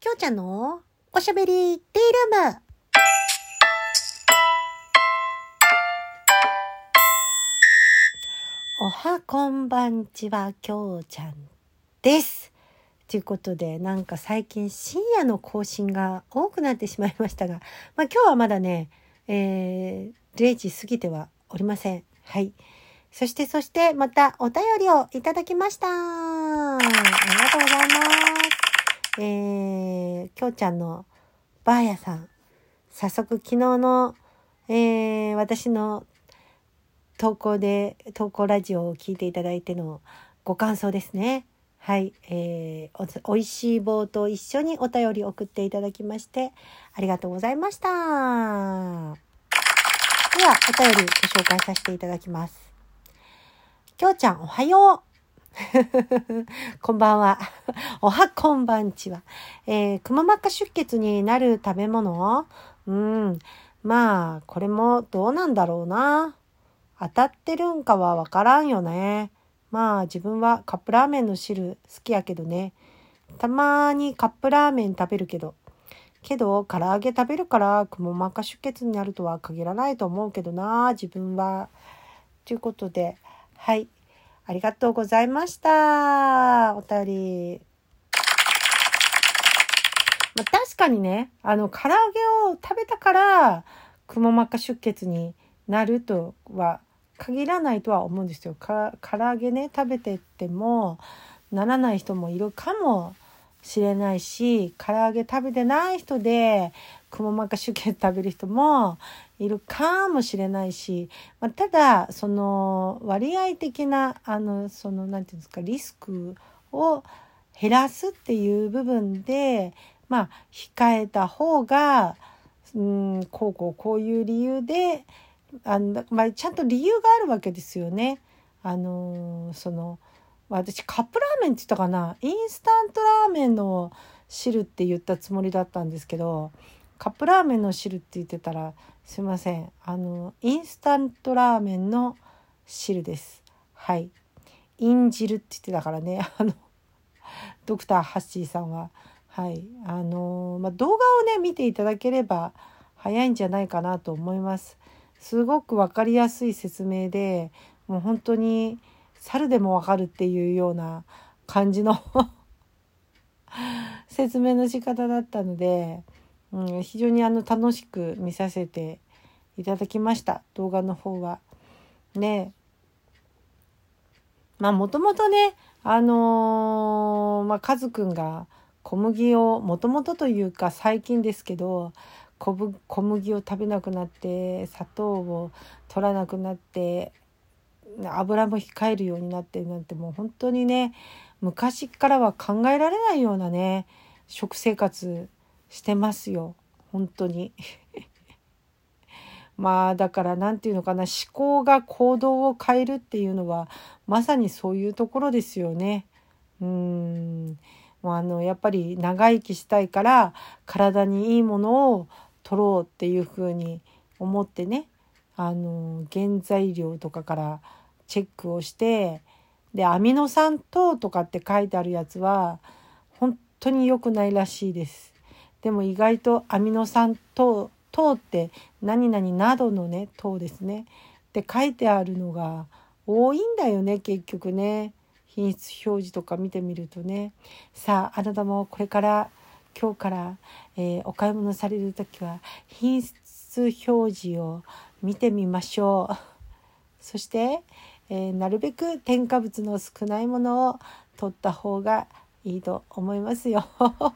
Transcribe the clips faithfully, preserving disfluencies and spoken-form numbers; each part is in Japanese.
きょうちゃんのおしゃべりティールーム。おはこんばんちは、きょうちゃんです。ということで、なんか最近深夜の更新が多くなってしまいましたが、まあ今日はまだね、えー、れいじ過ぎてはおりません。はい。そしてそしてまたお便りをいただきました。ありがとうございます。えー、きょうちゃんのばあやさん、早速昨日の、えー、私の投稿で投稿ラジオを聞いていただいてのご感想ですね。はい、えー、お, おいしい棒と一緒にお便り送っていただきましてありがとうございました。ではお便りご紹介させていただきます。きょうちゃんおはようこんばんはおはこんばんちは、えー、くも膜下出血になる食べ物、うんまあこれもどうなんだろうな。当たってるんかはわからんよね。まあ自分はカップラーメンの汁好きやけどね。たまにカップラーメン食べるけどけど唐揚げ食べるからくも膜下出血になるとは限らないと思うけどな自分は。ということで、はいありがとうございました。お便り。まあ、確かにね、あの、唐揚げを食べたから、くも膜下出血になるとは限らないとは思うんですよ。か、唐揚げね、食べてっても、ならない人もいるかもしれないし、唐揚げ食べてない人で、くも膜下出血食べる人もいるかもしれないし、まあ、ただその割合的なあのそのなんていうんですかリスクを減らすっていう部分でまあ控えた方がうんこうこうこういう理由であの、まあ、ちゃんと理由があるわけですよね。あのその私カップラーメンって言ったかな、インスタントラーメンの汁って言ったつもりだったんですけど、カップラーメンの汁って言ってたらすいません、あのインスタントラーメンの汁です。はい、イン汁って言ってたからね、あのドクターハッシーさんは。はいあのまあ、動画をね見ていただければ早いんじゃないかなと思います。すごくわかりやすい説明で、もう本当に猿でもわかるっていうような感じの説明の仕方だったので、うん、非常にあの楽しく見させていただきました。動画の方はね。まあもともとねあのー、まあカズくんが小麦をもともとというか最近ですけど小麦を食べなくなって砂糖を取らなくなって油も控えるようになってなんて、もう本当にね昔からは考えられないようなね食生活してますよ本当にまあだからなんていうのかな、思考が行動を変えるっていうのはまさにそういうところですよね。うーんもうあのやっぱり長生きしたいから体にいいものを取ろうっていうふうに思ってね、あの原材料とかからチェックをして、でアミノ酸等とかって書いてあるやつは本当に良くないらしいです。でも意外とアミノ酸等等って何々などのね等ですねって書いてあるのが多いんだよね結局ね。品質表示とか見てみるとね。さああなたもこれから今日から、えー、お買い物されるときは品質表示を見てみましょう。そして、えー、なるべく添加物の少ないものを取った方がいいと思いますよ。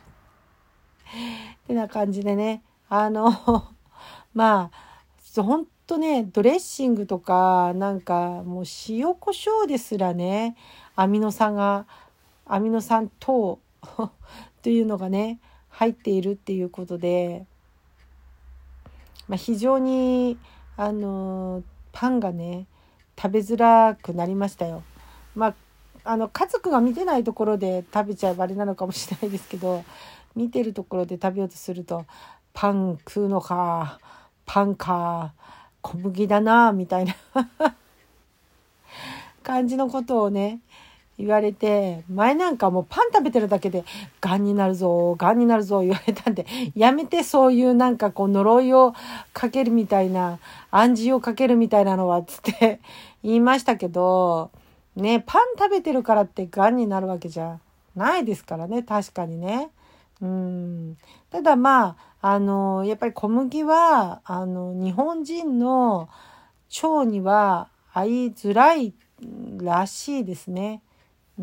ってな感じでね、あのまあほんとねドレッシングとかなんかもう塩コショウですらねアミノ酸がアミノ酸等というのがね入っているっていうことで、まあ、非常にあのパンがね食べづらくなりましたよ。まああの家族が見てないところで食べちゃえばあれなのかもしれないですけど、見てるところで食べようとするとパン食うのかパンか小麦だなみたいな感じのことをね言われて、前なんかもうパン食べてるだけでがんになるぞがんになるぞ言われたんで、やめてそういうなんかこう呪いをかけるみたいな、暗示をかけるみたいなのはつって言いましたけどね、パン食べてるからってがんになるわけじゃないですからね、確かにね。うん、ただまああのやっぱり小麦はあの日本人の腸には合いづらいらしいですね。うん、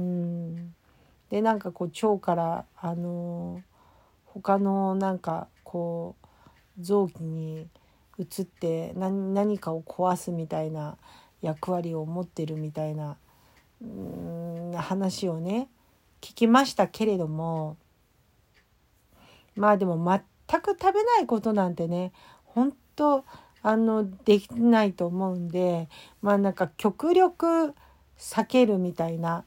でなんかこう腸からあの他のなんかこう臓器に移って何、何かを壊すみたいな役割を持ってるみたいなうん話をね聞きましたけれども、まあでも全く食べないことなんてね本当あのできないと思うんで、まあなんか極力避けるみたいな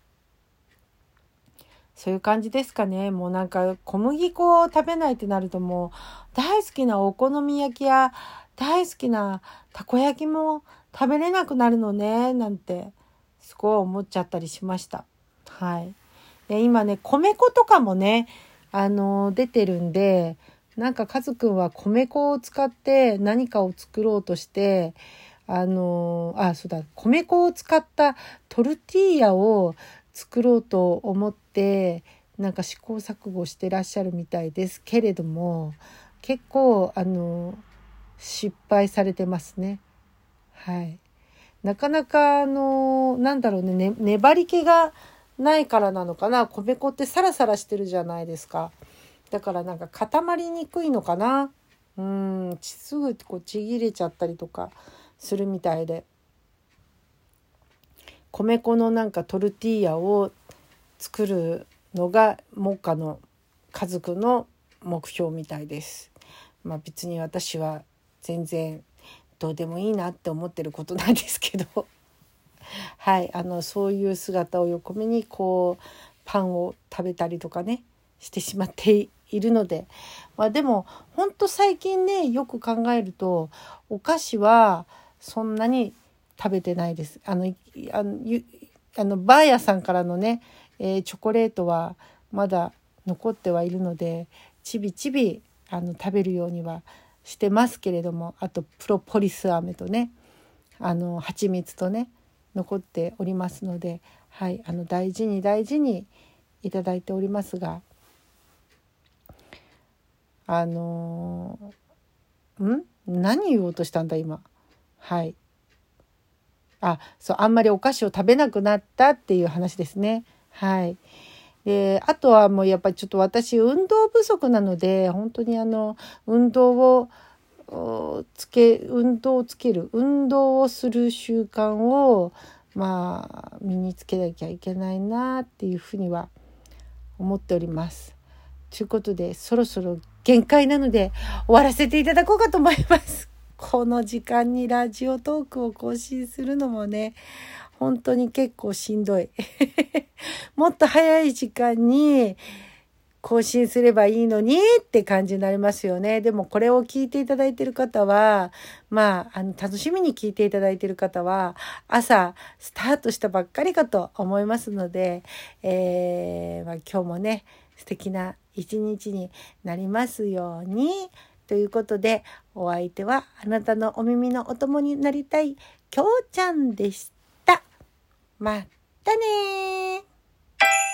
そういう感じですかね。もうなんか小麦粉を食べないってなるともう大好きなお好み焼きや大好きなたこ焼きも食べれなくなるのねなんてすごい思っちゃったりしました。はい。で今ね米粉とかもねあの出てるんで、なんかカズくんは米粉を使って何かを作ろうとしてあのあそうだ米粉を使ったトルティーヤを作ろうと思ってなんか試行錯誤してらっしゃるみたいですけれども、結構あの失敗されてますね。はい。なかなかあのなんだろうね、ね粘り気がないからなのかな。米粉ってサラサラしてるじゃないですか。だからなんか固まりにくいのかな。うん、すぐこうちぎれちゃったりとかするみたいで、米粉のなんかトルティーヤを作るのが目下の家族の目標みたいです。まあ別に私は全然どうでもいいなって思ってることなんですけどはい、あのそういう姿を横目にこうパンを食べたりとかねしてしまっているので、まあでもほんと最近ねよく考えるとお菓子はそんなに食べてないです。あのあのあのバーヤさんからのね、えー、チョコレートはまだ残ってはいるのでちびちびあの食べるようにはしてますけれども、あとプロポリス飴とねあの蜂蜜とね残っておりますので、はい、あの大事に大事にいただいておりますが、あのー、ん何言おうとしたんだ今。はい。あ、そう、あんまりお菓子を食べなくなったっていう話ですね。はい。で、あとはもうやっぱりちょっと私運動不足なので、本当にあの運動をつけ運動をつける運動をする習慣をまあ身につけなきゃいけないなっていうふうには思っております。ということでそろそろ限界なので終わらせていただこうかと思います。この時間にラジオトークを更新するのもね本当に結構しんどいもっと早い時間に更新すればいいのにって感じになりますよね。でもこれを聞いていただいている方はまあ、あの楽しみに聞いていただいている方は朝スタートしたばっかりかと思いますので、えーまあ、今日もね素敵な一日になりますようにということで、お相手はあなたのお耳のお供になりたいきょうちゃんでした。またねー。